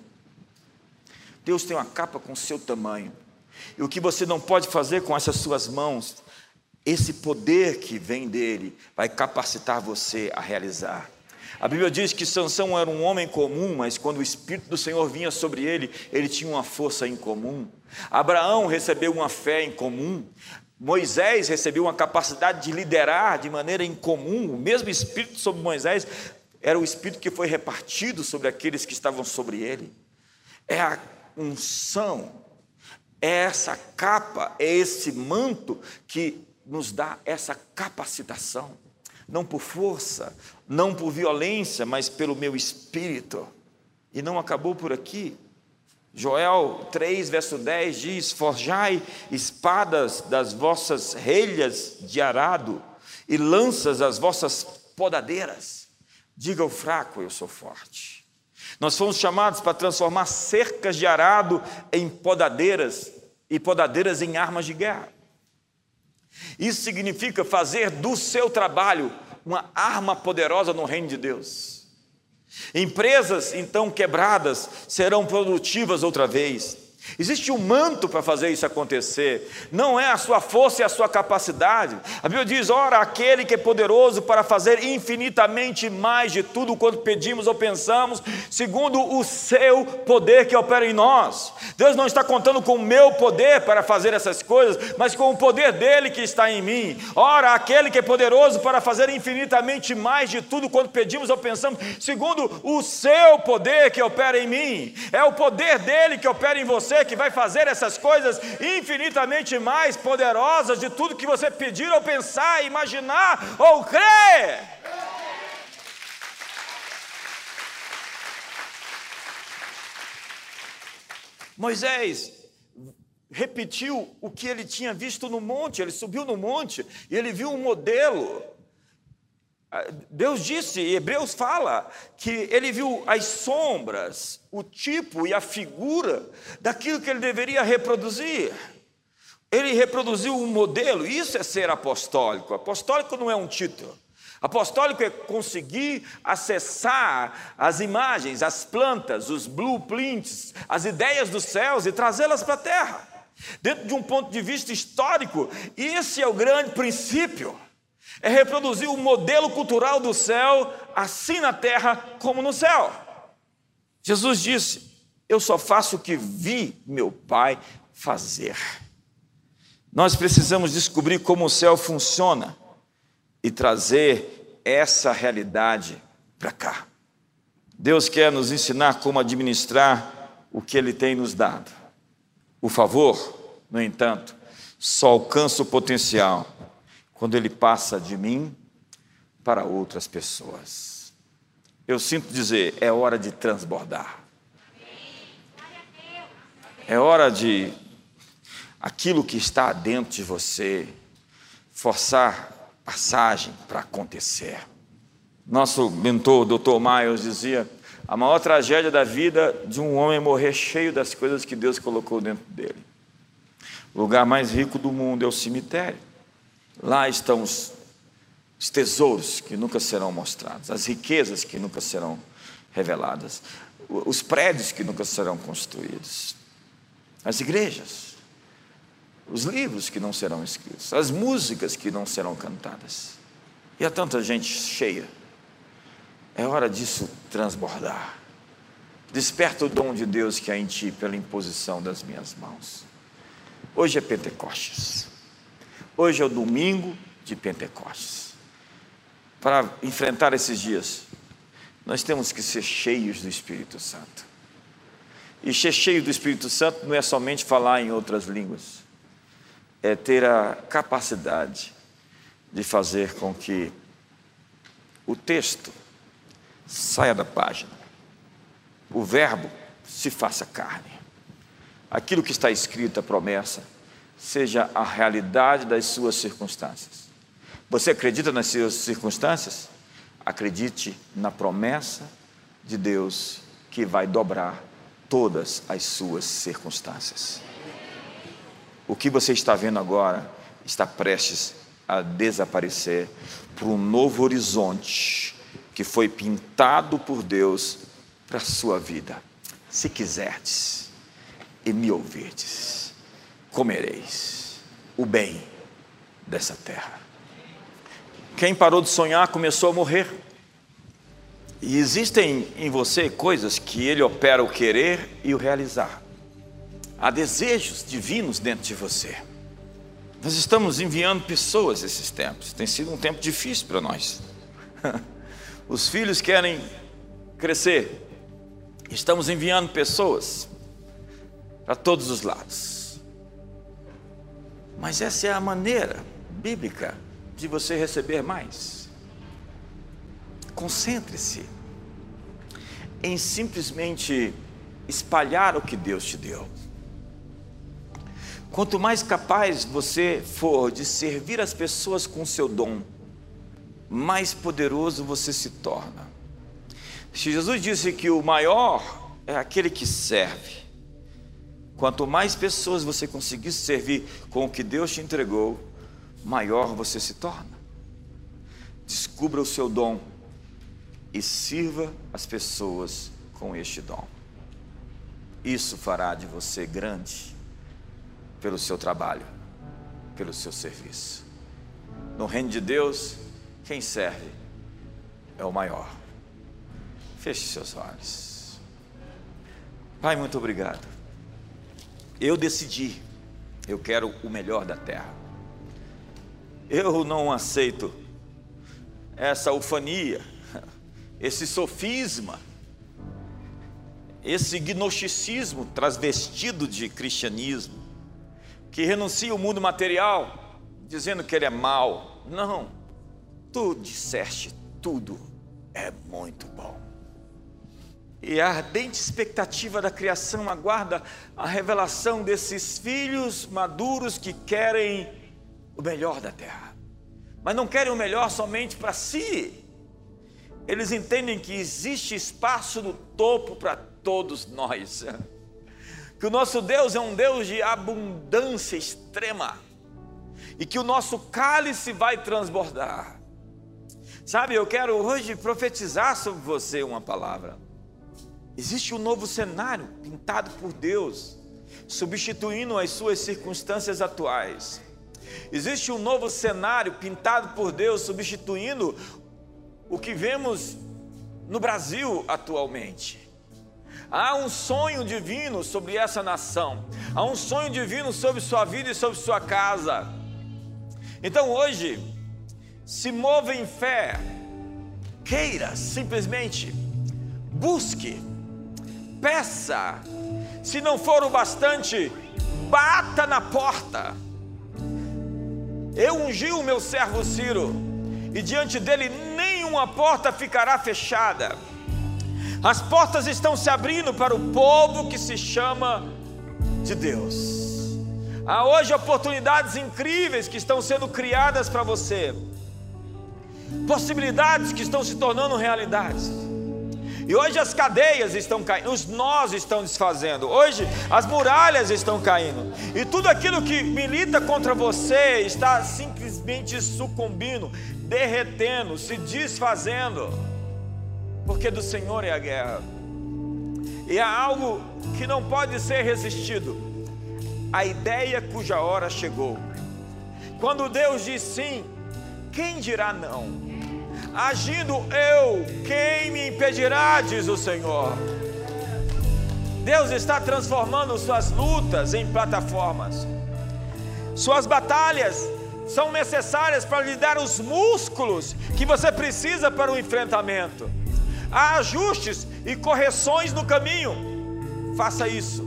Deus tem uma capa com o seu tamanho. E o que você não pode fazer com essas suas mãos, esse poder que vem dele vai capacitar você a realizar. A Bíblia diz que Sansão era um homem comum, mas quando o Espírito do Senhor vinha sobre ele, ele tinha uma força incomum. Abraão recebeu uma fé incomum. Moisés recebeu uma capacidade de liderar de maneira incomum. O mesmo Espírito sobre Moisés era o Espírito que foi repartido sobre aqueles que estavam sobre ele. É a unção, é essa capa, é esse manto que nos dá essa capacitação. Não por força, não por violência, mas pelo meu Espírito. E não acabou por aqui. Joel 3, verso 10 diz: forjai espadas das vossas relhas de arado e lanças das vossas podadeiras. Diga ao fraco, eu sou forte. Nós fomos chamados para transformar cercas de arado em podadeiras e podadeiras em armas de guerra. Isso significa fazer do seu trabalho uma arma poderosa no reino de Deus. Empresas, então, quebradas serão produtivas outra vez. Existe um manto para fazer isso acontecer. Não é a sua força e a sua capacidade. A Bíblia diz: ora, aquele que é poderoso para fazer infinitamente mais de tudo quanto pedimos ou pensamos, segundo o seu poder que opera em nós. Deus não está contando com o meu poder para fazer essas coisas, mas com o poder dele que está em mim. Ora, aquele que é poderoso para fazer infinitamente mais de tudo quanto pedimos ou pensamos, segundo o seu poder que opera em mim. É o poder dele que opera em você que vai fazer essas coisas infinitamente mais poderosas de tudo que você pedir ou pensar, imaginar ou crer. Moisés repetiu o que ele tinha visto no monte. Ele subiu no monte e ele viu um modelo. Deus disse, Hebreus fala, que ele viu as sombras, o tipo e a figura daquilo que ele deveria reproduzir. Ele reproduziu um modelo. Isso é ser apostólico. Apostólico não é um título. Apostólico é conseguir acessar as imagens, as plantas, os blueprints, as ideias dos céus e trazê-las para a terra. Dentro de um ponto de vista histórico, esse é o grande princípio. É reproduzir o modelo cultural do céu, assim na terra como no céu. Jesus disse: eu só faço o que vi meu Pai fazer. Nós precisamos descobrir como o céu funciona, e trazer essa realidade para cá. Deus quer nos ensinar como administrar o que Ele tem nos dado. O favor, no entanto, só alcança o potencial quando ele passa de mim para outras pessoas. Eu sinto dizer, é hora de transbordar. É hora de aquilo que está dentro de você forçar passagem para acontecer. Nosso mentor, Dr. Miles, dizia: a maior tragédia da vida de um homem é morrer cheio das coisas que Deus colocou dentro dele. O lugar mais rico do mundo é o cemitério. Lá estão os tesouros que nunca serão mostrados, as riquezas que nunca serão reveladas, os prédios que nunca serão construídos, as igrejas, os livros que não serão escritos, as músicas que não serão cantadas. E há tanta gente cheia. É hora disso transbordar. Desperta o dom de Deus que há em ti pela imposição das minhas mãos. Hoje é Pentecostes. Hoje é o domingo de Pentecostes. Para enfrentar esses dias, nós temos que ser cheios do Espírito Santo. E ser cheio do Espírito Santo não é somente falar em outras línguas. É ter a capacidade de fazer com que o texto saia da página, o verbo se faça carne, aquilo que está escrito, a promessa, seja a realidade das suas circunstâncias. Você acredita nas suas circunstâncias? Acredite na promessa de Deus que vai dobrar todas as suas circunstâncias. O que você está vendo agora está prestes a desaparecer por um novo horizonte que foi pintado por Deus para a sua vida. Se quiserdes e me ouvirdes, comereis o bem dessa terra. Quem parou de sonhar começou a morrer. E existem em você coisas que Ele opera o querer e o realizar. Há desejos divinos dentro de você. Nós estamos enviando pessoas esses tempos. Tem sido um tempo difícil para nós. Os filhos querem crescer. Estamos enviando pessoas para todos os lados. Mas essa é a maneira bíblica de você receber mais. Concentre-se em simplesmente espalhar o que Deus te deu. Quanto mais capaz você for de servir as pessoas com o seu dom, mais poderoso você se torna. Se Jesus disse que o maior é aquele que serve, quanto mais pessoas você conseguir servir com o que Deus te entregou, maior você se torna. Descubra o seu dom e sirva as pessoas com este dom. Isso fará de você grande pelo seu trabalho, pelo seu serviço. No reino de Deus, quem serve é o maior. Feche seus olhos. Pai, muito obrigado. Eu decidi, eu quero o melhor da terra. Eu não aceito essa ufania, esse sofisma, esse gnosticismo transvestido de cristianismo, que renuncia ao mundo material, dizendo que ele é mau. Não, tu disseste tudo é muito bom. E a ardente expectativa da criação aguarda a revelação desses filhos maduros que querem o melhor da terra. Mas não querem o melhor somente para si. Eles entendem que existe espaço no topo para todos nós. Que o nosso Deus é um Deus de abundância extrema. E que o nosso cálice vai transbordar. Sabe, eu quero hoje profetizar sobre você uma palavra. Existe um novo cenário pintado por Deus, substituindo as suas circunstâncias atuais. Existe um novo cenário pintado por Deus, substituindo o que vemos no Brasil atualmente. Há um sonho divino sobre essa nação. Há um sonho divino sobre sua vida e sobre sua casa. Então hoje, se mova em fé, queira, simplesmente busque, peça. Se não for o bastante, bata na porta. Eu ungi o meu servo Ciro, e diante dele nenhuma porta ficará fechada. As portas estão se abrindo para o povo que se chama de Deus. Há hoje oportunidades incríveis que estão sendo criadas para você, possibilidades que estão se tornando realidades. E hoje as cadeias estão caindo, os nós estão desfazendo, hoje as muralhas estão caindo, e tudo aquilo que milita contra você está simplesmente sucumbindo, derretendo, se desfazendo, porque do Senhor é a guerra. E há algo que não pode ser resistido: a ideia cuja hora chegou. Quando Deus diz sim, quem dirá não? Agindo eu, quem me impedirá, diz o Senhor. Deus está transformando suas lutas em plataformas. Suas batalhas são necessárias para lhe dar os músculos que você precisa para o enfrentamento. Há ajustes e correções no caminho. Faça isso.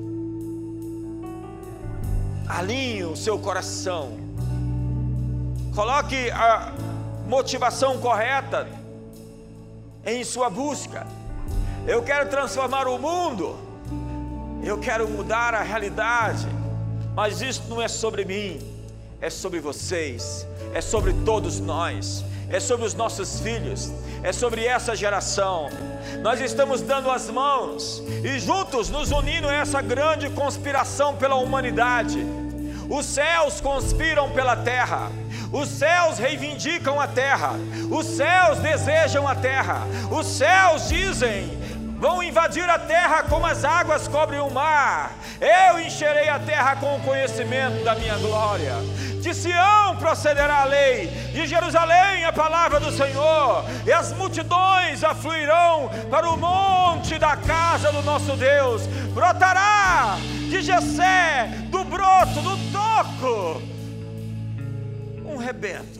Alinhe o seu coração. Coloque a motivação correta em sua busca. Eu quero transformar o mundo, eu quero mudar a realidade, mas isso não é sobre mim, é sobre vocês, é sobre todos nós, é sobre os nossos filhos, é sobre essa geração. Nós estamos dando as mãos e juntos nos unindo a essa grande conspiração pela humanidade. Os céus conspiram pela terra, os céus reivindicam a terra, os céus desejam a terra, os céus dizem: vão invadir a terra como as águas cobrem o mar. Eu encherei a terra com o conhecimento da minha glória. De Sião procederá a lei, de Jerusalém a palavra do Senhor, e as multidões afluirão para o monte da casa do nosso Deus. Brotará de Jessé, do broto, do toco, um rebento.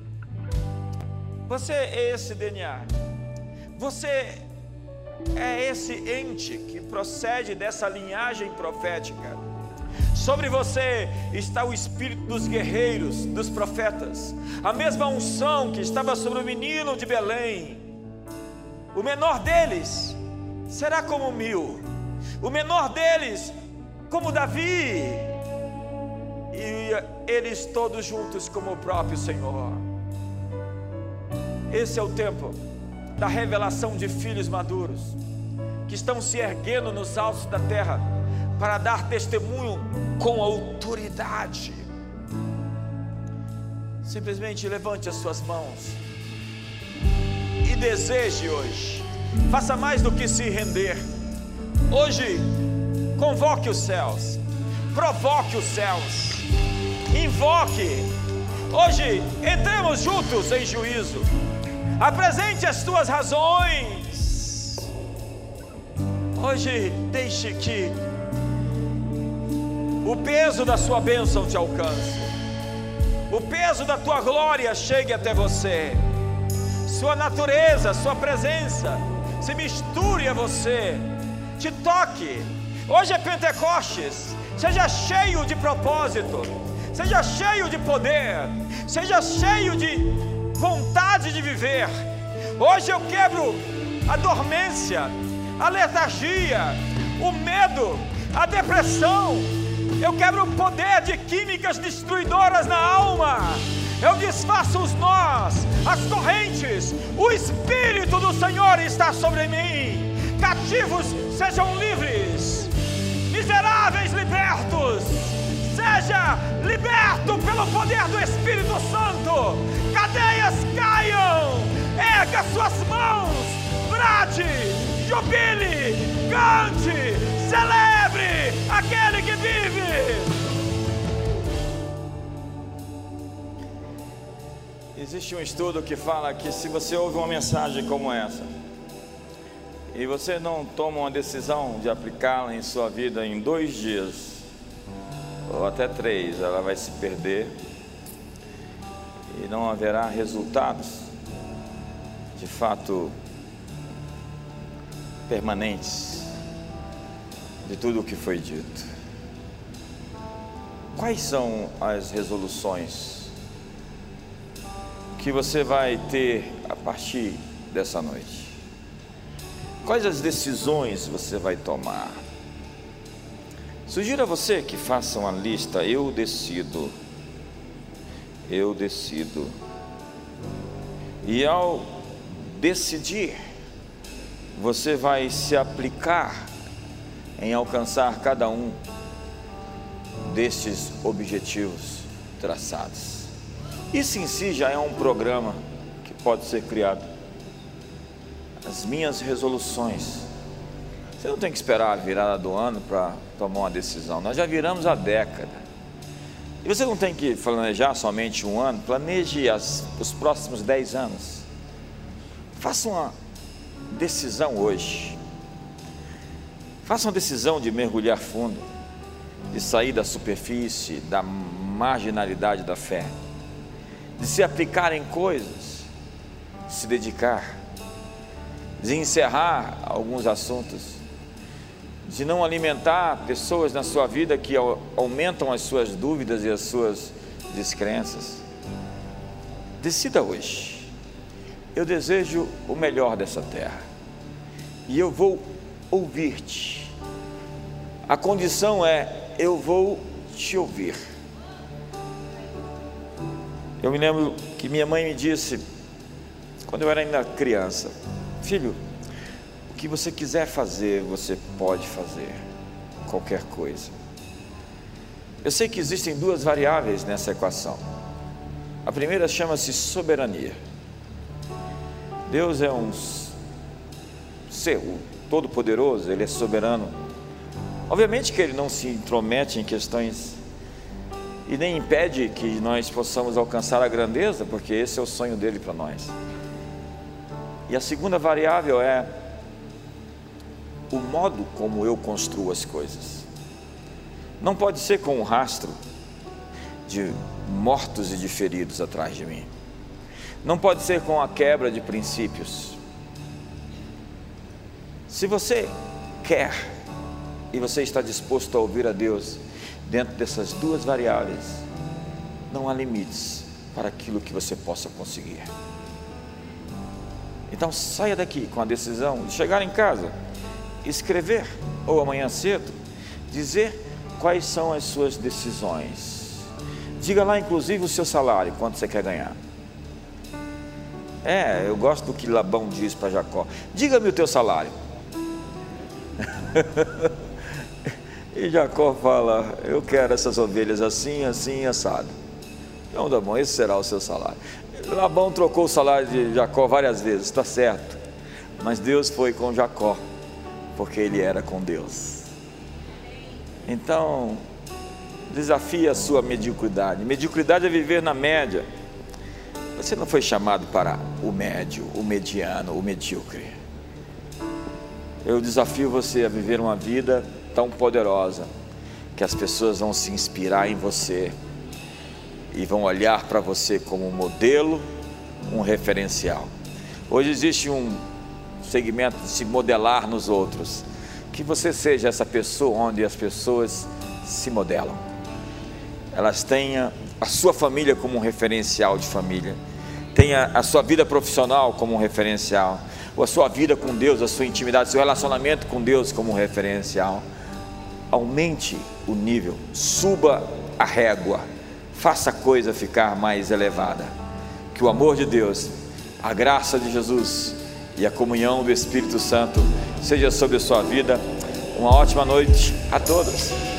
Você é esse DNA, você é esse ente que procede dessa linhagem profética. Sobre você está o espírito dos guerreiros, dos profetas, a mesma unção que estava sobre o menino de Belém. O menor deles será como 1000, o menor deles como Davi, e eles todos juntos como o próprio Senhor. Esse é o tempo da revelação de filhos maduros, que estão se erguendo nos altos da terra, para dar testemunho com autoridade. Simplesmente levante as suas mãos e deseje hoje. Faça mais do que se render. Hoje, convoque os céus, provoque os céus, invoque. Hoje, entremos juntos em juízo. Apresente as tuas razões. Hoje, deixe que o peso da sua bênção te alcance, o peso da tua glória chegue até você, sua natureza, sua presença se misture a você, te toque. Hoje é Pentecostes. Seja cheio de propósito, seja cheio de poder, seja cheio de vontade de viver. Hoje eu quebro a dormência, a letargia, o medo, a depressão. Eu quebro o poder de químicas destruidoras na alma. Eu desfaço os nós, as correntes. O Espírito do Senhor está sobre mim. Cativos sejam livres, miseráveis libertos. Seja liberto pelo poder do Espírito Santo. Cadeias caiam. Erga suas mãos, brade, jubile, cante, celebre aquele que vive. Existe um estudo que fala que se você ouve uma mensagem como essa e você não toma uma decisão de aplicá-la em sua vida em 2 dias ou até 3, ela vai se perder e não haverá resultados de fato permanentes de tudo o que foi dito. Quais são as resoluções que você vai ter a partir dessa noite? Quais as decisões você vai tomar? Sugiro a você que faça uma lista. Eu decido. E ao decidir, você vai se aplicar em alcançar cada um destes objetivos traçados. Isso em si já é um programa que pode ser criado. As minhas resoluções. Você não tem que esperar a virada do ano para tomar uma decisão. Nós já viramos a década. E você não tem que planejar somente um ano. Planeje os próximos 10 anos. Faça uma decisão hoje. Faça uma decisão de mergulhar fundo, de sair da superfície, da marginalidade da fé, de se aplicar em coisas, de se dedicar, de encerrar alguns assuntos, de não alimentar pessoas na sua vida que aumentam as suas dúvidas e as suas descrenças. Decida hoje. Eu desejo o melhor dessa terra e eu vou ouvir-te. A condição é: eu vou te ouvir. Eu me lembro que minha mãe me disse, quando eu era ainda criança: filho, o que você quiser fazer, você pode fazer, qualquer coisa. Eu sei que existem duas variáveis nessa equação. A primeira chama-se soberania. Deus é um ser todo-poderoso, Ele é soberano. Obviamente que Ele não se intromete em questões e nem impede que nós possamos alcançar a grandeza, porque esse é o sonho dele para nós. E a segunda variável é o modo como eu construo as coisas. Não pode ser com um rastro de mortos e de feridos atrás de mim. Não pode ser com a quebra de princípios. Se você quer e você está disposto a ouvir a Deus dentro dessas duas variáveis, não há limites para aquilo que você possa conseguir. Então saia daqui com a decisão de chegar em casa, escrever, ou amanhã cedo, dizer quais são as suas decisões. Diga lá inclusive o seu salário, quanto você quer ganhar. Eu gosto do que Labão diz para Jacó: diga-me o teu salário. E Jacó fala: eu quero essas ovelhas assim, assim, assado. Então tá bom, esse será o seu salário. Labão trocou o salário de Jacó várias vezes, está certo, mas Deus foi com Jacó, porque ele era com Deus. Então desafie a sua mediocridade. Mediocridade é viver na média. Você não foi chamado para o médio, o mediano, o medíocre. Eu desafio você a viver uma vida tão poderosa que as pessoas vão se inspirar em você e vão olhar para você como um modelo, um referencial. Hoje existe um segmento de se modelar nos outros. Que você seja essa pessoa onde as pessoas se modelam. Elas tenham a sua família como um referencial de família, tenha a sua vida profissional como um referencial, ou a sua vida com Deus, a sua intimidade, seu relacionamento com Deus como um referencial. Aumente o nível, suba a régua, faça a coisa ficar mais elevada. Que o amor de Deus, a graça de Jesus e a comunhão do Espírito Santo seja sobre a sua vida. Uma ótima noite a todos.